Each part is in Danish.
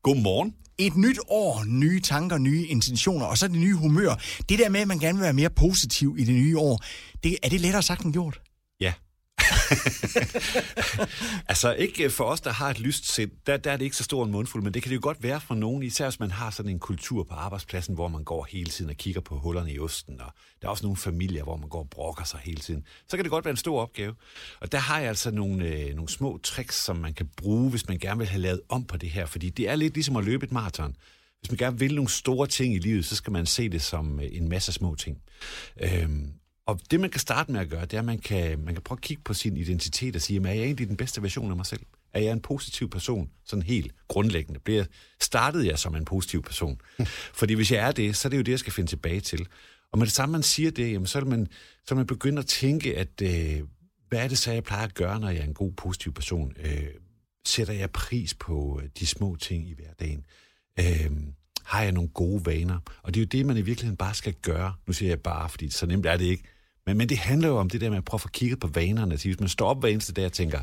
Godmorgen. Et nyt år, nye tanker, nye intentioner, og så det nye humør. Det der med, at man gerne vil være mere positiv i det nye år, er det lettere sagt end gjort? Ja. Altså ikke for os, der har et lyst sind, der er det ikke så stor en mundfuld, men det kan det jo godt være for nogen, især hvis man har sådan en kultur på arbejdspladsen, hvor man går hele tiden og kigger på hullerne i osten, og der er også nogle familier, hvor man går og brokker sig hele tiden. Så kan det godt være en stor opgave. Og der har jeg altså nogle små tricks, som man kan bruge, hvis man gerne vil have lavet om på det her, fordi det er lidt ligesom at løbe et maraton. Hvis man gerne vil nogle store ting i livet, så skal man se det som en masse små ting. Og det, man kan starte med at gøre, det er, at man kan prøve at kigge på sin identitet og sige, er jeg egentlig den bedste version af mig selv? Er jeg en positiv person? Sådan helt grundlæggende. Startede jeg som en positiv person? Fordi hvis jeg er det, så er det jo det, jeg skal finde tilbage til. Og med det samme, man siger det, jamen, så vil man begynde at tænke, at hvad er det så, jeg plejer at gøre, når jeg er en god, positiv person? Sætter jeg pris på de små ting i hverdagen? Har jeg nogle gode vaner? Og det er jo det, man i virkeligheden bare skal gøre. Nu siger jeg bare, fordi så nemt er det ikke. Men det handler jo om det der med at prøve at få kigget på vanerne. Hvis man står op hver eneste dag og tænker,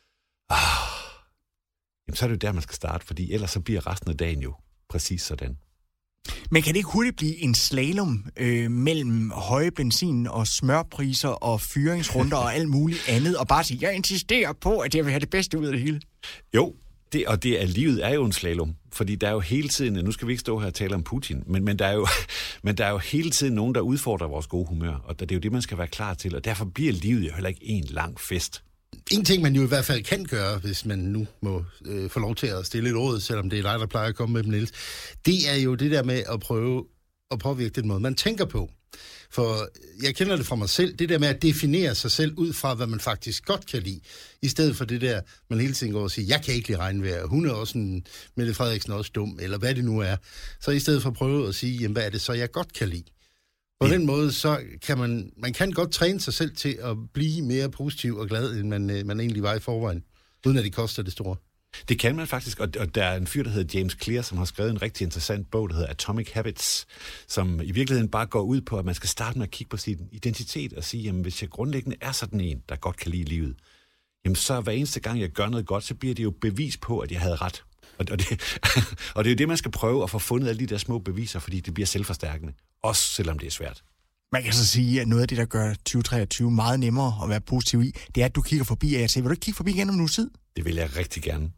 jamen så er det jo der, man skal starte, fordi ellers så bliver resten af dagen jo præcis sådan. Men kan det ikke hurtigt blive en slalom mellem høje benzin- og smørpriser og fyringsrunder og alt muligt andet, og bare sige, jeg insisterer på, at jeg vil have det bedste ud af det hele? Jo, livet er jo en slalom, fordi der er jo hele tiden, nu skal vi ikke stå her og tale om Putin, men der er jo hele tiden nogen, der udfordrer vores gode humør, og det er jo det, man skal være klar til, og derfor bliver livet jo heller ikke en lang fest. En ting, man jo i hvert fald kan gøre, hvis man nu må få lov til at stille et råd, selvom det er dig, der plejer at komme med dem, Niels, det er jo det der med at prøve at påvirke den måde, man tænker på. For jeg kender det fra mig selv, det der med at definere sig selv ud fra, hvad man faktisk godt kan lide, i stedet for det der, man hele tiden går og siger, jeg kan ikke lide regnvejr, hun er også Mette Frederiksen også dum, eller hvad det nu er. Så i stedet for at prøve at sige, jamen hvad er det så, jeg godt kan lide? På den måde, så kan man kan godt træne sig selv til at blive mere positiv og glad, end man egentlig var i forvejen, uden at det koster det store. Det kan man faktisk, og der er en fyr, der hedder James Clear, som har skrevet en rigtig interessant bog, der hedder Atomic Habits, som i virkeligheden bare går ud på, at man skal starte med at kigge på sin identitet og sige, jamen hvis jeg grundlæggende er sådan en, der godt kan lide livet, jamen så hver eneste gang, jeg gør noget godt, så bliver det jo bevis på, at jeg havde ret. Og det er jo det, man skal prøve at få fundet alle de der små beviser, fordi det bliver selvforstærkende, også selvom det er svært. Man kan så sige, at noget af det, der gør 2023 meget nemmere at være positiv i, det er, at du kigger forbi, og jeg siger, vil du ikke kigge forbi igen om en uges tid? Det vil jeg rigtig gerne.